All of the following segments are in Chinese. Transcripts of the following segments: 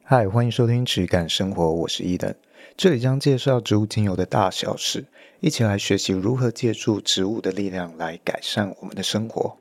嗨，欢迎收听质感生活，我是伊登。这里将介绍植物精油的大小事，一起来学习如何借助植物的力量来改善我们的生活。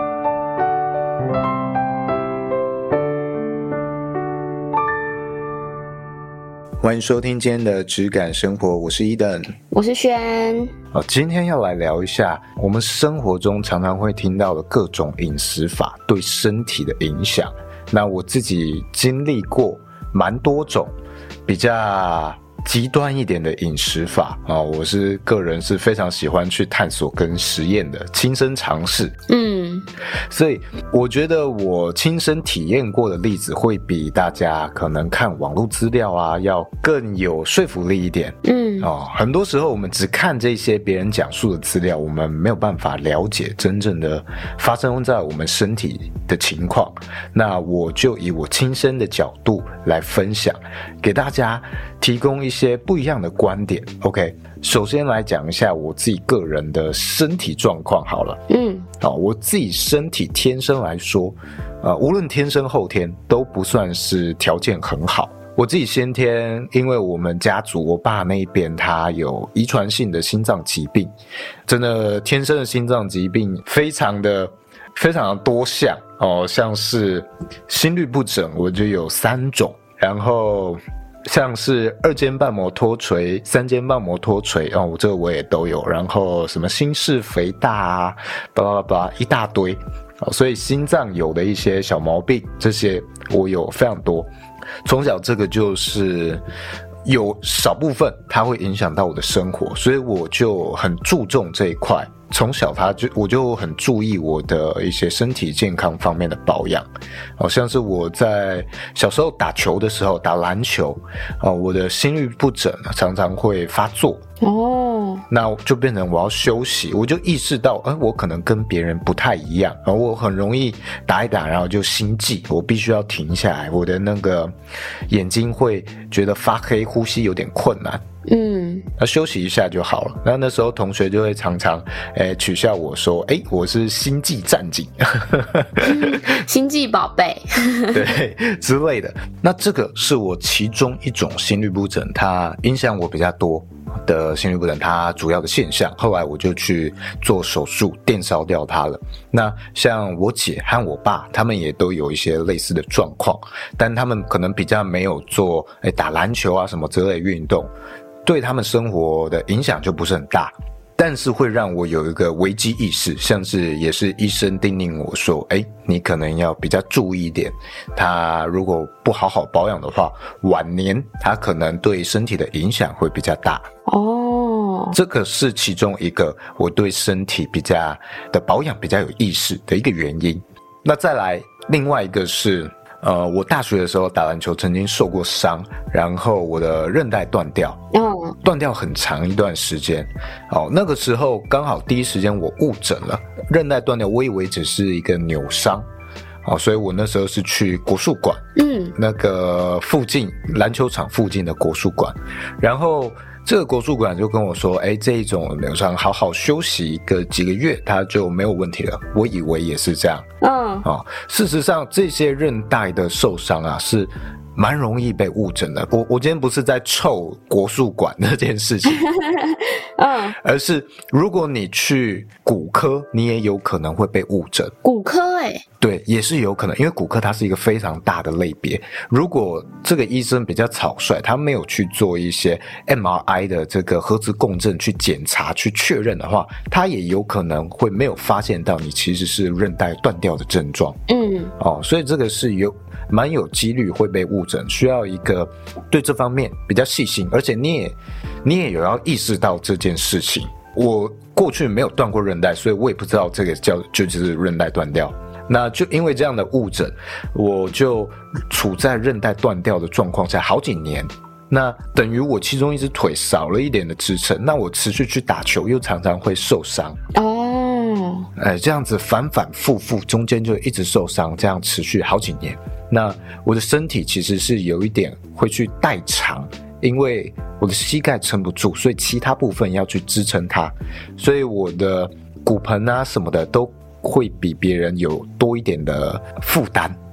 欢迎收听今天的质感生活，我是伊登， 我是轩。 今天要来聊一下我们生活中常常会听到的各种饮食法对身体的影响。那我自己经历过蛮多种比较极端一点的饮食法我是个人是非常喜欢去探索跟实验的，亲身尝试。所以我觉得我亲身体验过的例子会比大家可能看网络资料要更有说服力一点。很多时候我们只看这些别人讲述的资料，我们没有办法了解真正的发生在我们身体的情况。那我就以我亲身的角度来分享，给大家提供一些不一样的观点。 OK， 首先来讲一下我自己个人的身体状况好了。我自己身体天生来说无论天生后天都不算是条件很好。我自己先天，因为我们家族我爸那边他有遗传性的心脏疾病，真的天生的心脏疾病非常的多项像是心律不整我就有3种，然后像是2间瓣膜脱垂、3间瓣膜脱垂这个我也都有，然后什么心室肥大巴拉巴拉一大堆所以心脏有的一些小毛病，这些我有非常多。从小这个就是有少部分它会影响到我的生活，所以我就很注重这一块。从小我就很注意我的一些身体健康方面的保养像是我在小时候打球的时候，打篮球我的心律不整常常会发作那就变成我要休息，我就意识到我可能跟别人不太一样我很容易打一打然后就心悸，我必须要停下来，我的那个眼睛会觉得发黑，呼吸有点困难休息一下就好了。那时候同学就会常常取笑我说我是心悸战警心悸宝贝对之类的。那这个是我其中一种心律不整，它影响我比较多的心律不整，它主要的现象。后来我就去做手术电烧掉它了。那像我姐和我爸他们也都有一些类似的状况，但他们可能比较没有做打篮球什么之类的运动，对他们生活的影响就不是很大，但是会让我有一个危机意识，像是也是医生叮咛我说你可能要比较注意一点，他如果不好好保养的话，晚年他可能对身体的影响会比较大这个是其中一个我对身体的保养比较有意识的一个原因。那再来另外一个是我大学的时候打篮球曾经受过伤，然后我的韧带断掉断掉很长一段时间那个时候刚好第一时间我误诊了，韧带断掉我以为只是一个扭伤所以我那时候是去国术馆那个附近篮球场附近的国术馆，然后这个国术馆就跟我说这一种扭伤好好休息几个月它就没有问题了。我以为也是这样事实上这些韧带的受伤是蛮容易被误诊的。我今天不是在臭国术馆这件事情而是如果你去骨科你也有可能会被误诊。 骨科对，也是有可能，因为骨科它是一个非常大的类别，如果这个医生比较草率，他没有去做一些 MRI 的这个核磁共振去检查去确认的话，他也有可能会没有发现到你其实是韧带断掉的症状所以这个是蛮有几率会被误诊，需要一个对这方面比较细心，而且你也有要意识到这件事情。我过去没有断过韧带，所以我也不知道这个就是韧带断掉。那就因为这样的误诊，我就处在韧带断掉的状况下好几年。那等于我其中一只腿少了一点的支撑，那我持续去打球又常常会受伤这样子反反复复，中间就一直受伤，这样持续好几年。那我的身体其实是有一点会去代偿，因为我的膝盖撑不住，所以其他部分要去支撑它，所以我的骨盆什么的都会比别人有多一点的负担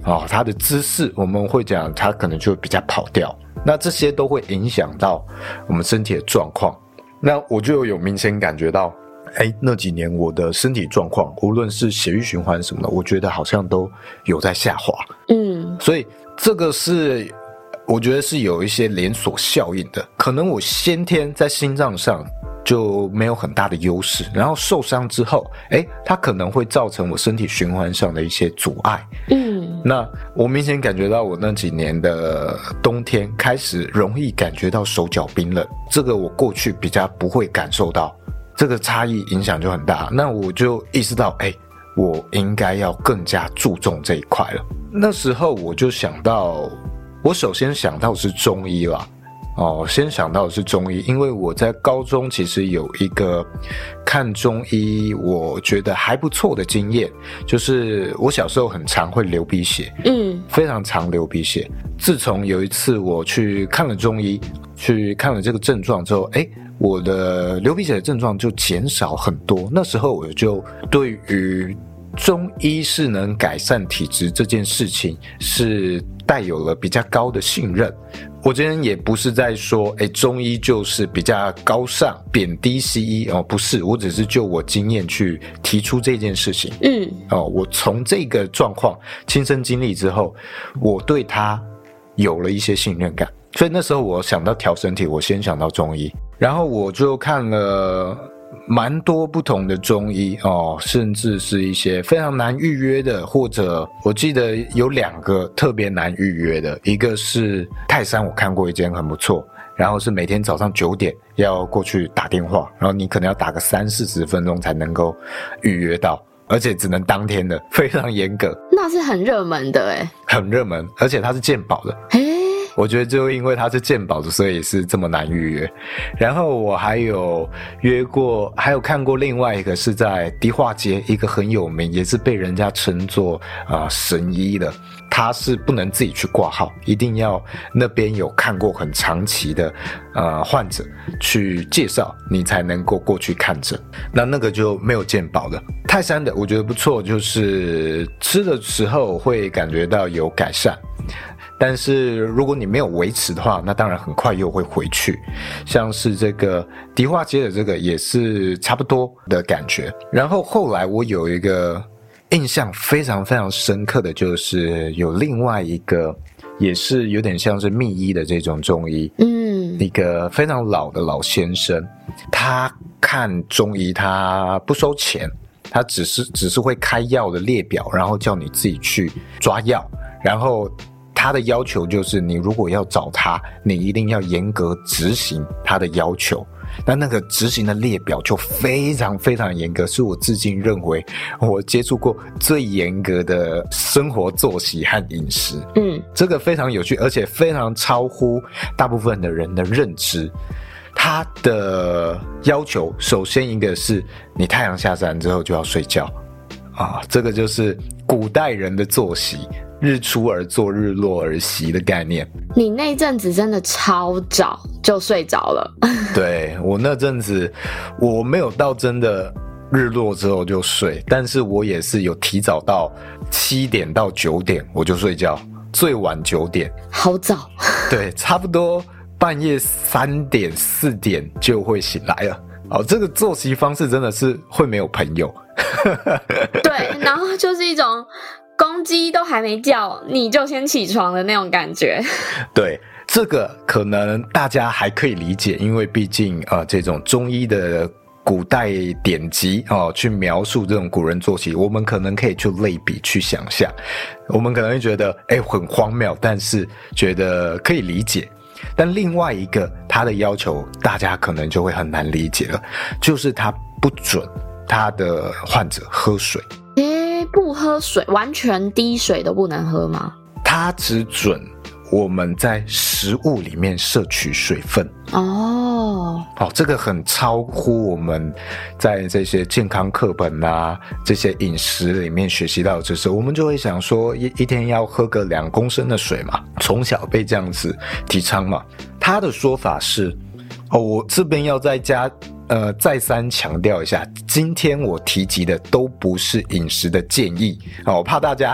他的姿势我们会讲他可能就比较跑掉，那这些都会影响到我们身体的状况。那我就有明显感觉到那几年我的身体状况无论是血液循环什么的，我觉得好像都有在下滑。所以这个是我觉得是有一些连锁效应的，可能我先天在心脏上就没有很大的优势，然后受伤之后它可能会造成我身体循环上的一些阻碍。那我明显感觉到我那几年的冬天开始容易感觉到手脚冰冷，这个我过去比较不会感受到，这个差异影响就很大。那我就意识到我应该要更加注重这一块了。那时候我就想到，我首先想到是中医啦。先想到的是中医，因为我在高中其实有一个看中医我觉得还不错的经验，就是我小时候很常会流鼻血，非常常流鼻血。自从有一次我去看了中医，去看了这个症状之后，我的流鼻血的症状就减少很多。那时候我就对于中医是能改善体质这件事情是带有了比较高的信任。我今天也不是在说中医就是比较高尚，贬低西医不是，我只是就我经验去提出这件事情。我从这个状况亲身经历之后，我对它有了一些信任感，所以那时候我想到调身体，我先想到中医，然后我就看了蛮多不同的中医甚至是一些非常难预约的，或者我记得有2个特别难预约的，一个是泰山，我看过一间很不错，然后是每天早上9点要过去打电话，然后你可能要打个30-40分钟才能够预约到，而且只能当天的，非常严格。 那是很热门的很热门，而且它是健保的。我觉得就因为它是健保的，所以是这么难预约。然后我还有约过，还有看过另外一个是在迪化街，一个很有名，也是被人家称作神医的，他是不能自己去挂号，一定要那边有看过很长期的患者去介绍，你才能够过去看诊。那个就没有健保的。泰山的我觉得不错，就是吃的时候会感觉到有改善，但是如果你没有维持的话，那当然很快又会回去。像是这个迪化街的这个也是差不多的感觉。然后后来我有一个印象非常非常深刻的，就是有另外一个也是有点像是密医的这种中医，一个非常老的老先生，他看中医他不收钱，他只是会开药的列表，然后叫你自己去抓药，然后他的要求就是你如果要找他，你一定要严格执行他的要求。那个执行的列表就非常非常严格，是我至今认为我接触过最严格的生活作息和饮食。这个非常有趣，而且非常超乎大部分的人的认知。他的要求首先一个是你太阳下山之后就要睡觉这个就是古代人的作息，日出而作日落而息的概念。 你那阵子真的超早就睡着了。 对，我那阵子我没有到真的日落之后就睡，但是我也是有提早到7点到9点我就睡觉，最晚9点。 好早。 对，差不多半夜3点4点就会醒来了。这个作息方式真的是会没有朋友。 对，然后就是一种公鸡都还没叫你就先起床的那种感觉。 对，这个可能大家还可以理解，因为毕竟这种中医的古代典籍去描述这种古人作息，我们可能可以去类比去想象，我们可能会觉得很荒谬，但是觉得可以理解。但另外一个他的要求大家可能就会很难理解了，就是他不准他的患者喝水。 不喝水，完全滴水都不能喝吗？ 他只准我们在食物里面摄取水分。这个很超乎我们在这些健康课本这些饮食里面学习到的知识。我们就会想说一天要喝个2公升的水嘛，从小被这样子提倡嘛。他的说法是我这边要再三强调一下，今天我提及的都不是饮食的建议我怕大家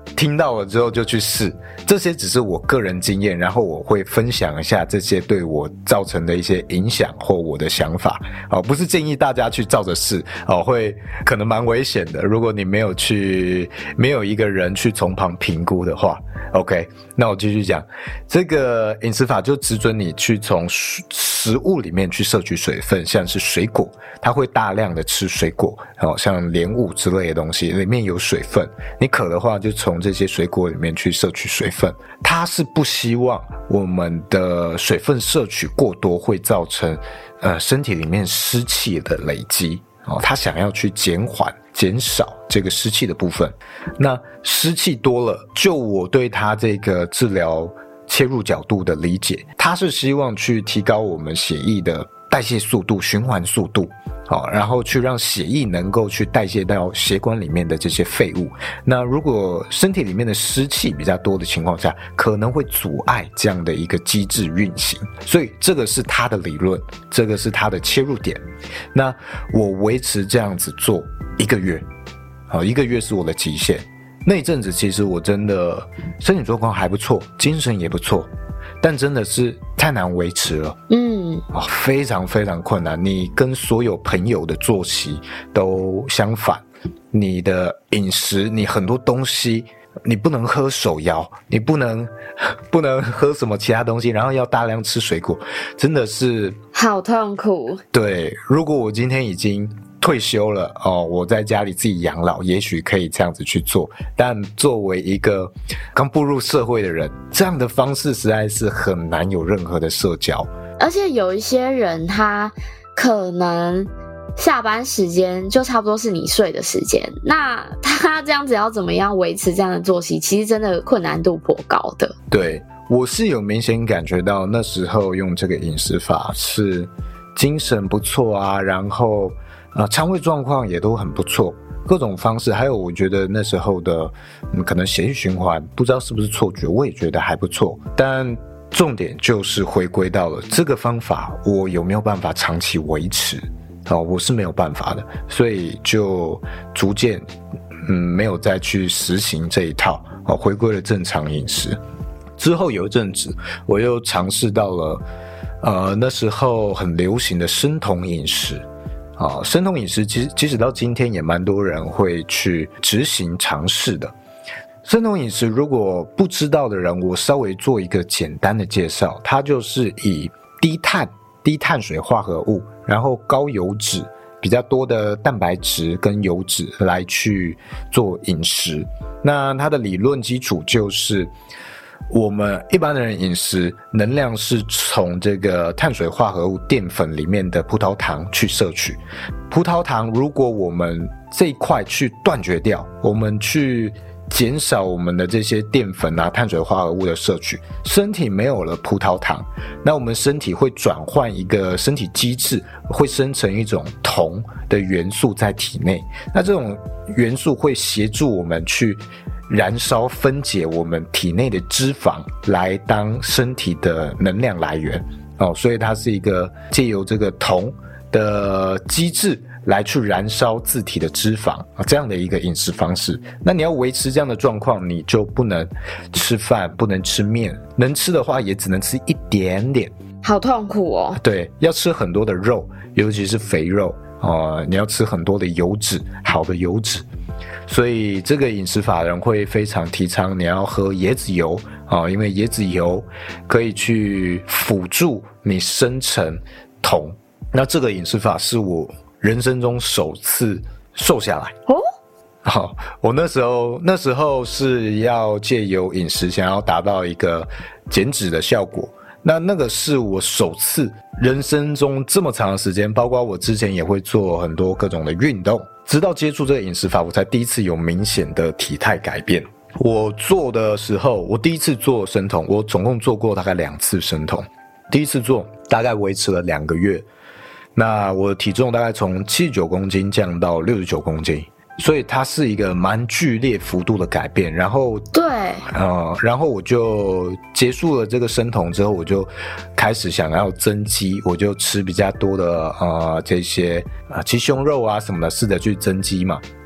听到了之后就去试，这些只是我个人经验，然后我会分享一下这些对我造成的一些影响或我的想法，不是建议大家去照着试，会可能蛮危险的，如果你没有一个人去从旁评估的话。 OK， 那我继续讲，这个饮食法就只准你去从食物里面去摄取水分，像是水果，它会大量的吃水果，像莲雾之类的东西里面有水分，你渴的话就从这些水果里面去摄取水分。它是不希望我们的水分摄取过多会造成身体里面湿气的累积，他想要去减少这个湿气的部分。那湿气多了，就我对他这个治疗切入角度的理解，他是希望去提高我们血液的代谢速度、循环速度，然后去让血液能够去代谢到血管里面的这些废物。那如果身体里面的湿气比较多的情况下，可能会阻碍这样的一个机制运行，所以这个是他的理论，这个是他的切入点。那我维持这样子做1个月，1个月是我的极限。那一阵子其实我真的身体状况还不错，精神也不错，但真的是太难维持了，非常非常困难。你跟所有朋友的作息都相反，你的饮食，你很多东西你不能喝手摇，你不能喝什么其他东西，然后要大量吃水果，真的是好痛苦。 对，如果我今天已经退休了我在家里自己养老，也许可以这样子去做，但作为一个刚步入社会的人，这样的方式实在是很难有任何的社交。 而且有一些人他可能下班时间就差不多是你睡的时间，那他这样子要怎么样维持这样的作息，其实真的困难度颇高的。 对，我是有明显感觉到那时候用这个饮食法是精神不错啊，然后肠胃状况也都很不错，各种方式，还有我觉得那时候的可能血液循环，不知道是不是错觉，我也觉得还不错。但重点就是回归到了这个方法我有没有办法长期维持，我是没有办法的，所以就逐渐没有再去实行这一套，回归了正常饮食。之后有一阵子我又尝试到了那时候很流行的生酮饮食。生酮饮食即使到今天也蛮多人会去执行尝试的。生酮饮食如果不知道的人，我稍微做一个简单的介绍，它就是以低碳水化合物，然后高油脂，比较多的蛋白质跟油脂来去做饮食。那它的理论基础就是我们一般的人饮食能量是从这个碳水化合物淀粉里面的葡萄糖去摄取。葡萄糖如果我们这一块去断绝掉，我们去减少我们的这些淀粉啊碳水化合物的摄取，身体没有了葡萄糖，那我们身体会转换一个身体机制，会生成一种铜的元素在体内。那这种元素会协助我们去燃烧分解我们体内的脂肪来当身体的能量来源，所以它是一个借由这个铜的机制来去燃烧自体的脂肪这样的一个饮食方式。那你要维持这样的状况，你就不能吃饭，不能吃面，能吃的话也只能吃一点点。 好痛苦哦。 对，要吃很多的肉，尤其是肥肉你要吃很多的油脂，好的油脂。所以这个饮食法人会非常提倡你要喝椰子油因为椰子油可以去辅助你生成铜。那这个饮食法是我人生中首次瘦下来我那时候是要借由饮食想要达到一个减脂的效果。那个是我首次人生中这么长的时间，包括我之前也会做很多各种的运动，直到接触这个饮食法，我才第一次有明显的体态改变。我做的时候，我第一次做生酮，我总共做过大概2次生酮。第一次做大概维持了2个月，那我的体重大概从79公斤降到69公斤，所以它是一个蛮剧烈幅度的改变。然后对然后我就结束了这个生酮之后，我就开始想要增肌，我就吃比较多的这些鸡胸肉啊什么的，试着去增肌嘛。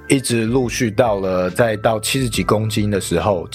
一直陆续再到70几公斤的时候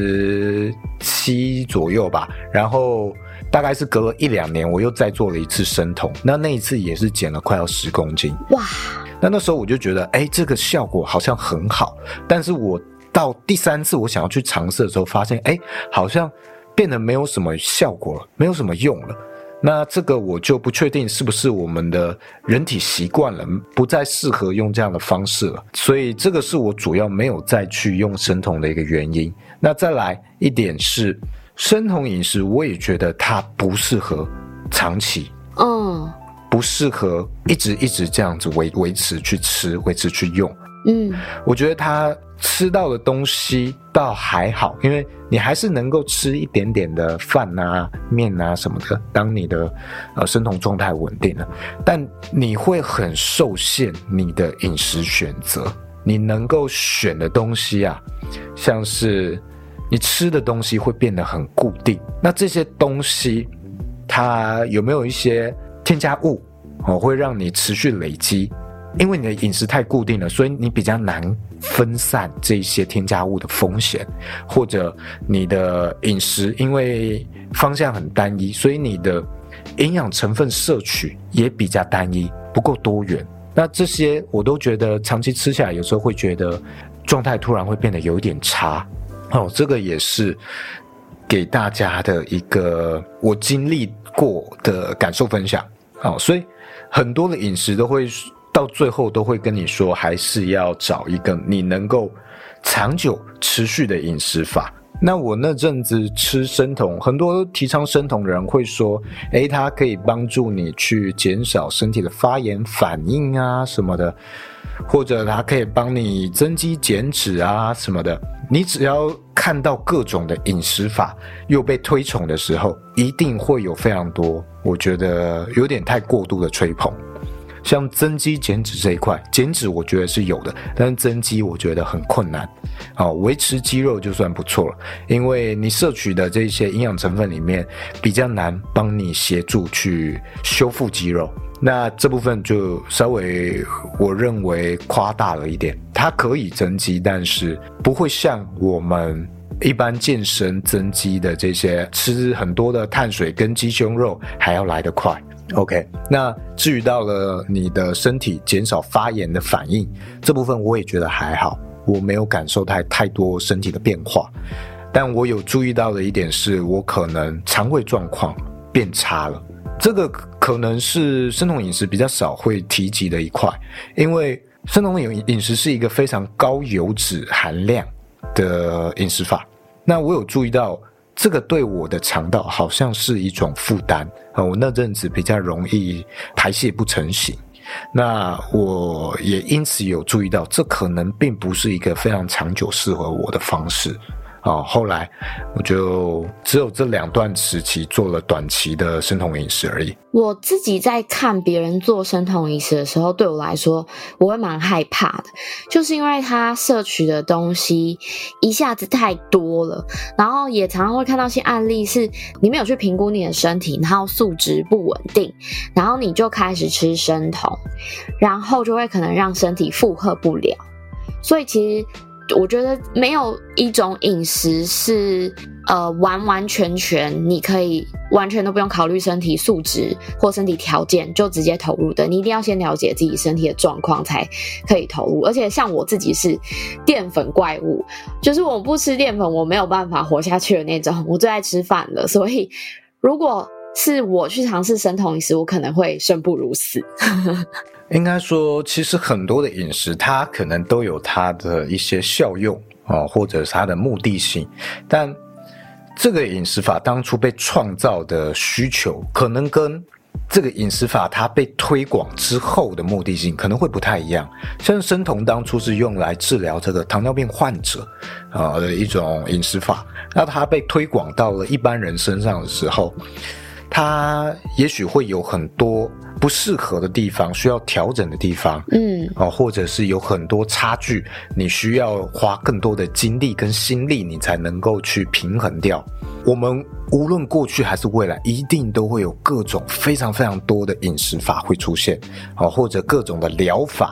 ，77左右吧，然后大概是隔了1-2年，我又再做了一次生酮，那一次也是减了快要10公斤。 哇！ 那时候我就觉得，这个效果好像很好，但是我到第3次我想要去尝试的时候，发现好像变得没有什么效果了，没有什么用了。那这个我就不确定是不是我们的人体习惯了，不再适合用这样的方式了，所以这个是我主要没有再去用生酮的一个原因。那再来一点是，生酮饮食我也觉得它不适合长期，不适合一直这样子维持去吃，维持去用。我觉得它吃到的东西倒还好，因为你还是能够吃一点点的饭啊、面啊什么的，当你的生酮状态稳定了，但你会很受限你的饮食选择，你能够选的东西啊，像是你吃的东西会变得很固定。那这些东西它有没有一些添加物会让你持续累积？因为你的饮食太固定了，所以你比较难分散这些添加物的风险，或者你的饮食因为方向很单一，所以你的营养成分摄取也比较单一，不够多元。那这些我都觉得长期吃下来，有时候会觉得状态突然会变得有一点差。这个也是给大家的一个我经历过的感受分享。所以很多的饮食都会到最后都会跟你说，还是要找一个你能够长久持续的饮食法。那我那阵子吃生酮，很多提倡生酮的人会说，它可以帮助你去减少身体的发炎反应啊什么的，或者它可以帮你增肌减脂啊什么的。你只要看到各种的饮食法又被推崇的时候，一定会有非常多我觉得有点太过度的吹捧。像增肌减脂这一块，减脂我觉得是有的，但是增肌我觉得很困难。维持肌肉就算不错了，因为你摄取的这些营养成分里面比较难帮你协助去修复肌肉。那这部分就稍微我认为夸大了一点，它可以增肌，但是不会像我们一般健身增肌的这些吃很多的碳水跟鸡胸肉还要来得快。OK， 那至于到了你的身体减少发炎的反应，这部分我也觉得还好，我没有感受太多身体的变化。但我有注意到的一点是，我可能肠胃状况变差了，这个可能是生酮饮食比较少会提及的一块，因为生酮饮食是一个非常高油脂含量的饮食法。那我有注意到这个对我的肠道好像是一种负担，我那阵子比较容易排泄不成形。那我也因此有注意到，这可能并不是一个非常长久适合我的方式。后来我就只有这2段时期做了短期的生酮饮食而已。 我自己在看别人做生酮饮食的时候，对我来说我会蛮害怕的，就是因为他摄取的东西一下子太多了，然后也常常会看到一些案例是你没有去评估你的身体，然后素质不稳定，然后你就开始吃生酮，然后就会可能让身体负荷不了。所以其实我觉得没有一种饮食是完完全全你可以完全都不用考虑身体素质或身体条件就直接投入的，你一定要先了解自己身体的状况才可以投入。而且像我自己是淀粉怪物，就是我不吃淀粉我没有办法活下去的那种，我最爱吃饭了，所以如果是我去尝试生酮饮食，我可能会生不如死。 应该说其实很多的饮食它可能都有它的一些效用或者是它的目的性，但这个饮食法当初被创造的需求可能跟这个饮食法它被推广之后的目的性可能会不太一样。像生酮当初是用来治疗这个糖尿病患者的一种饮食法，那它被推广到了一般人身上的时候，它也许会有很多不适合的地方，需要调整的地方，或者是有很多差距，你需要花更多的精力跟心力，你才能够去平衡掉。我们无论过去还是未来，一定都会有各种非常非常多的饮食法会出现，或者各种的疗法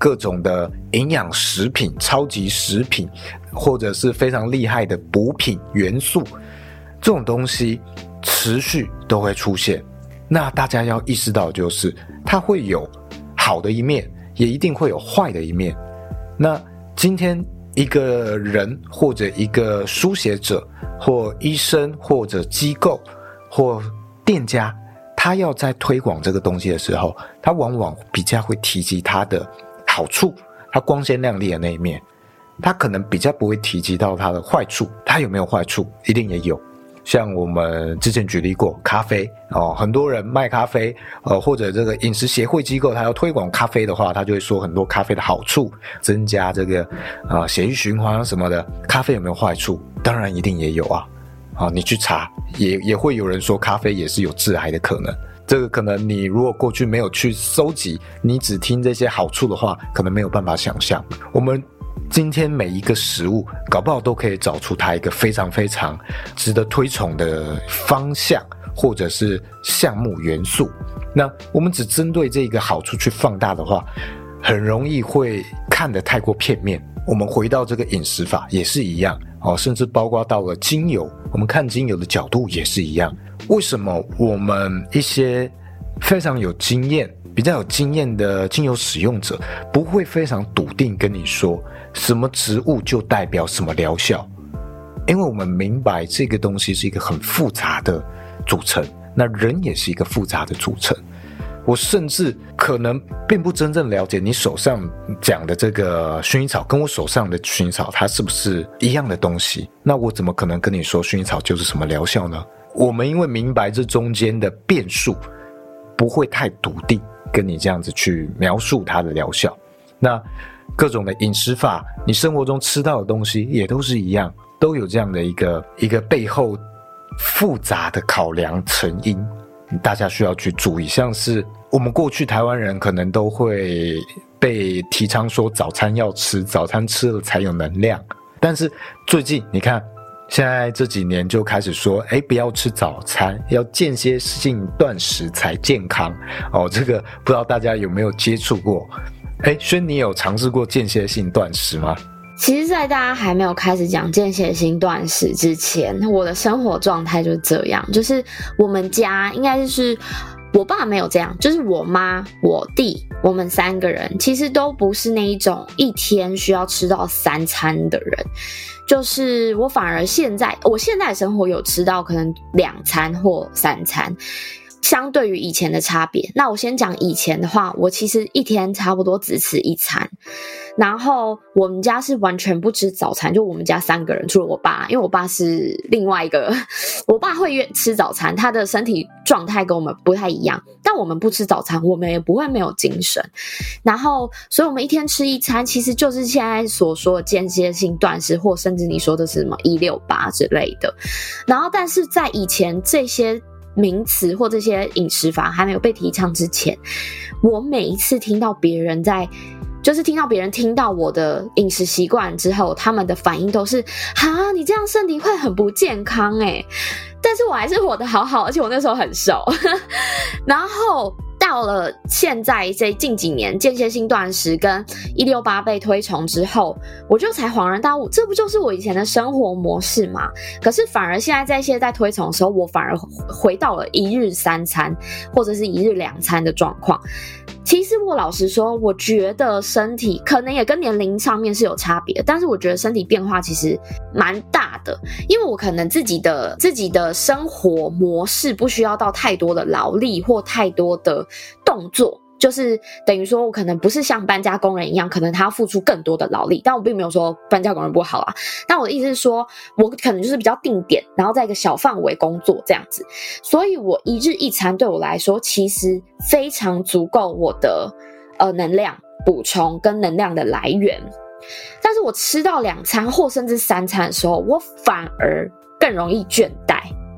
各种的营养食品、超级食品，或者是非常厉害的补品元素，这种东西持续都会出现。那大家要意识到，就是它会有好的一面，也一定会有坏的一面。那今天一个人或者一个书写者或医生或者机构或店家，他要在推广这个东西的时候，他往往比较会提及它的好处，它光鲜亮丽的那一面，他可能比较不会提及到它的坏处。它有没有坏处？一定也有。像我们之前举例过咖啡很多人卖咖啡或者这个饮食协会机构他要推广咖啡的话，他就会说很多咖啡的好处，增加这个血液循环什么的。咖啡有没有坏处？当然一定也有啊。你去查也会有人说咖啡也是有致癌的可能。这个可能你如果过去没有去搜集，你只听这些好处的话，可能没有办法想象。我们今天每一个食物搞不好都可以找出它一个非常非常值得推崇的方向或者是项目元素。那我们只针对这个好处去放大的话，很容易会看得太过片面。我们回到这个饮食法也是一样甚至包括到了精油，我们看精油的角度也是一样。为什么我们一些非常有经验比较有经验的精油使用者不会非常笃定跟你说什么植物就代表什么疗效？因为我们明白这个东西是一个很复杂的组成，那人也是一个复杂的组成。我甚至可能并不真正了解你手上讲的这个薰衣草跟我手上的薰衣草它是不是一样的东西，那我怎么可能跟你说薰衣草就是什么疗效呢？我们因为明白这中间的变数，不会太笃定跟你这样子去描述它的疗效。那各种的饮食法，你生活中吃到的东西也都是一样，都有这样的一个背后复杂的考量成因，大家需要去注意。像是我们过去台湾人可能都会被提倡说早餐要吃，早餐吃了才有能量，但是最近你看现在这几年就开始说不要吃早餐，要间歇性断食才健康这个不知道大家有没有接触过。轩，你有尝试过间歇性断食吗？ 其实在大家还没有开始讲间歇性断食之前，我的生活状态就是这样，就是我们家应该是我爸没有这样，就是我妈我弟我们3个人其实都不是那一种一天需要吃到3餐的人。就是我反而我现在的生活有吃到可能2餐或3餐，相对于以前的差别。那我先讲以前的话，我其实一天差不多只吃1餐，然后我们家是完全不吃早餐，就我们家3个人除了我爸，因为我爸是另外一个，我爸会吃早餐，他的身体状态跟我们不太一样，但我们不吃早餐，我们也不会没有精神。然后所以我们一天吃1餐，其实就是现在所说的间歇性断食，或甚至你说的是什么168之类的。然后但是在以前这些名词或这些饮食法还没有被提倡之前，我每一次听到别人听到我的饮食习惯之后，他们的反应都是你这样身体会很不健康但是我还是活得好好，而且我那时候很瘦然后到了现在这近几年间歇性断食跟168被推崇之后，我就才恍然大悟，这不就是我以前的生活模式吗？可是反而现在这些在推崇的时候，我反而回到了1日3餐或者是1日2餐的状况。其实我老实说，我觉得身体可能也跟年龄上面是有差别的，但是我觉得身体变化其实蛮大的，因为我可能自己的生活模式不需要到太多的劳力或太多的动作，就是等于说我可能不是像搬家工人一样，可能他要付出更多的劳力，但我并没有说搬家工人不好啊，但我的意思是说我可能就是比较定点，然后在一个小范围工作这样子，所以我1日1餐对我来说其实非常足够我的能量补充跟能量的来源。但是我吃到2餐或甚至3餐的时候，我反而更容易倦怠，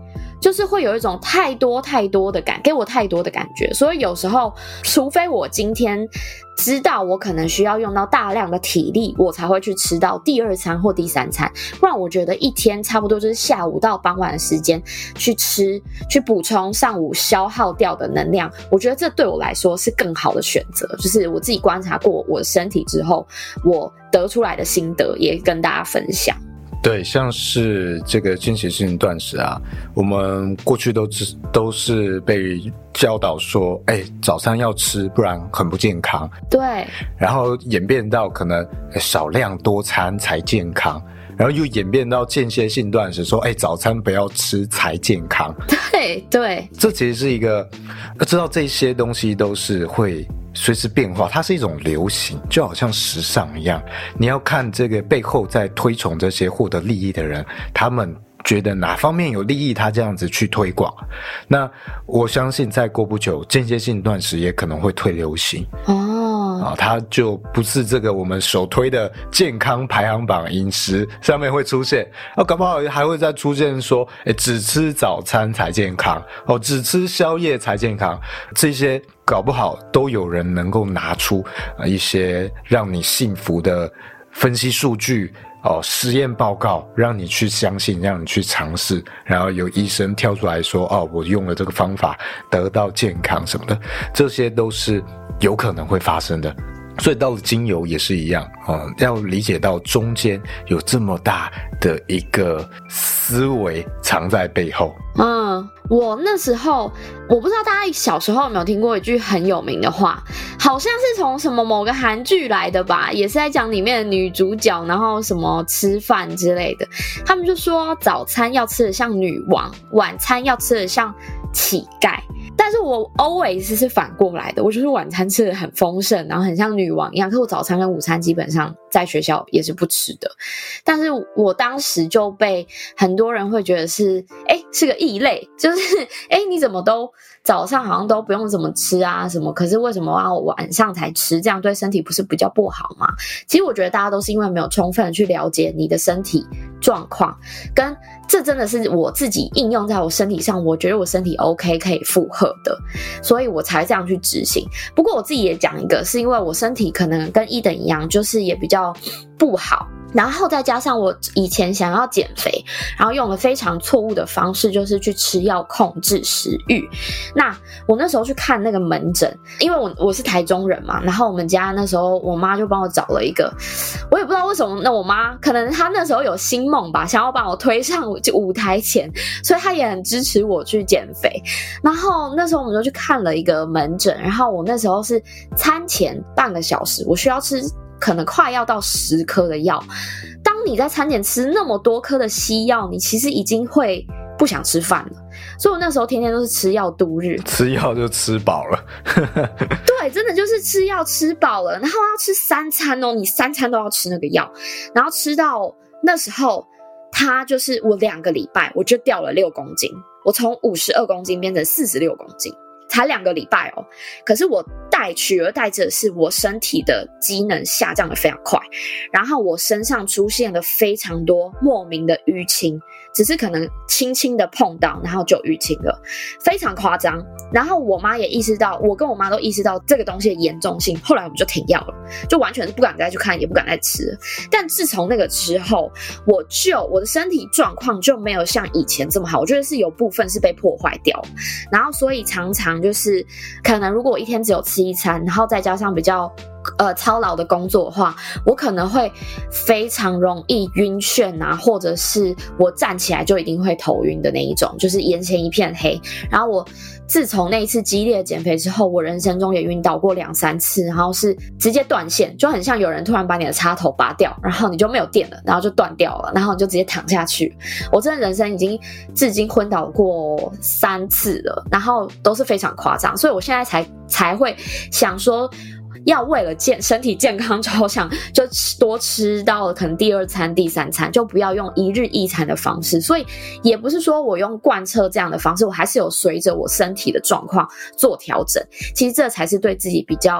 就是会有一种太多的给我太多的感觉，所以有时候除非我今天知道我可能需要用到大量的体力，我才会去吃到第2餐或第3餐，不然我觉得一天差不多就是下午到傍晚的时间去吃，去补充上午消耗掉的能量，我觉得这对我来说是更好的选择，就是我自己观察过我的身体之后，我得出来的心得也跟大家分享。 对，像是这个间歇性断食啊，我们过去都是被教导说，早餐要吃，不然很不健康。 对，然后演变到可能少量多餐才健康，然后又演变到间歇性断食，说早餐不要吃才健康。 对， 这其实是一个要知道这些东西都是会随时变化，它是一种流行，就好像时尚一样，你要看这个背后在推崇这些获得利益的人，他们觉得哪方面有利益，他这样子去推广。那我相信再过不久，间歇性断食也可能会退流行它就不是这个我们首推的健康排行榜饮食上面会出现，搞不好还会再出现说只吃早餐才健康只吃宵夜才健康，这些搞不好都有人能够拿出一些让你信服的分析数据实验报告，让你去相信，让你去尝试，然后有医生跳出来说我用了这个方法得到健康什么的，这些都是有可能会发生的。所以到了精油也是一样要理解到中间有这么大的一个思维藏在背后。 我那时候我不知道大家小时候有没有听过一句很有名的话，好像是从什么某个韩剧来的吧，也是在讲里面的女主角然后什么吃饭之类的，他们就说早餐要吃得像女王，晚餐要吃得像乞丐。但是我 always 是反过来的，我就是晚餐吃得很丰盛，然后很像女王一样，可是我早餐跟午餐基本上在学校也是不吃的。但是我当时就被很多人会觉得是个异类，就是你怎么都早上好像都不用怎么吃啊什么，可是为什么要晚上才吃，这样对身体不是比较不好吗？其实我觉得大家都是因为没有充分的去了解你的身体状况，跟这真的是我自己应用在我身体上，我觉得我身体 OK 可以负荷的，所以我才这样去执行。不过我自己也讲一个，是因为我身体可能跟一等一样，就是也比较不好，然后再加上我以前想要减肥，然后用了非常错误的方式，就是去吃药控制食欲。那我那时候去看那个门诊，因为我是台中人嘛，然后我们家那时候我妈就帮我找了一个，我也不知道为什么，那我妈可能她那时候有新梦吧，想要把我推上舞台前，所以她也很支持我去减肥。然后那时候我们就去看了一个门诊，然后我那时候是餐前半个小时，我需要吃可能快要到10颗的药。当你在餐前吃那么多颗的西药，你其实已经会不想吃饭了，所以我那时候天天都是吃药度日， 吃药就吃饱了对，真的就是吃药吃饱了，然后要吃3餐你3餐都要吃那个药，然后吃到那时候它就是我2个礼拜我就掉了6公斤，我从52公斤变成46公斤，才2个礼拜可是我取而代之的是我身体的机能下降的非常快，然后我身上出现了非常多莫名的淤青，只是可能轻轻的碰到然后就淤青了，非常夸张。然后我妈也意识到，我跟我妈都意识到这个东西的严重性，后来我们就停药了，就完全是不敢再去看，也不敢再吃了。但自从那个之后，我的身体状况就没有像以前这么好，我觉得是有部分是被破坏掉，然后所以常常就是可能如果我一天只有吃1餐，然后再加上比较操劳的工作的话，我可能会非常容易晕眩啊，或者是我站起来就一定会头晕的那一种，就是眼前一片黑。然后我自从那一次激烈的减肥之后，我人生中也晕倒过2-3次，然后是直接断线，就很像有人突然把你的插头拔掉，然后你就没有电了，然后就断掉了，然后你就直接躺下去。我真的人生已经至今昏倒过3次了，然后都是非常夸张，所以我现在才会想说，要为了身体健康着想，就多吃到可能第2餐、第3餐，就不要用1日1餐的方式。所以也不是说我用贯彻这样的方式，我还是有随着我身体的状况做调整。其实这才是对自己比较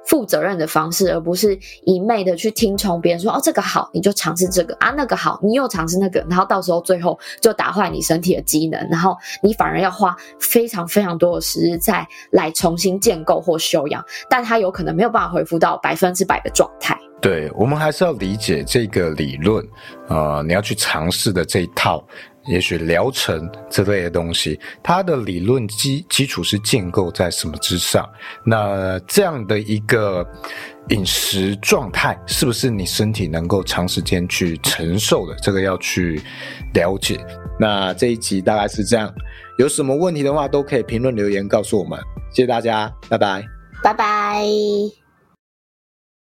负责任的方式，而不是一昧的去听从别人说这个好你就尝试这个啊，那个好你又尝试那个，然后到时候最后就打坏你身体的机能，然后你反而要花非常非常多的时日再来重新建构或修养，但它有可能没有办法恢复到100%的状态。 对，我们还是要理解这个理论，你要去尝试的这一套，也许疗程之类的东西，它的理论基础是建构在什么之上？那这样的一个饮食状态，是不是你身体能够长时间去承受的？这个要去了解。那这一集大概是这样，有什么问题的话，都可以评论留言告诉我们。谢谢大家，拜拜， 拜拜。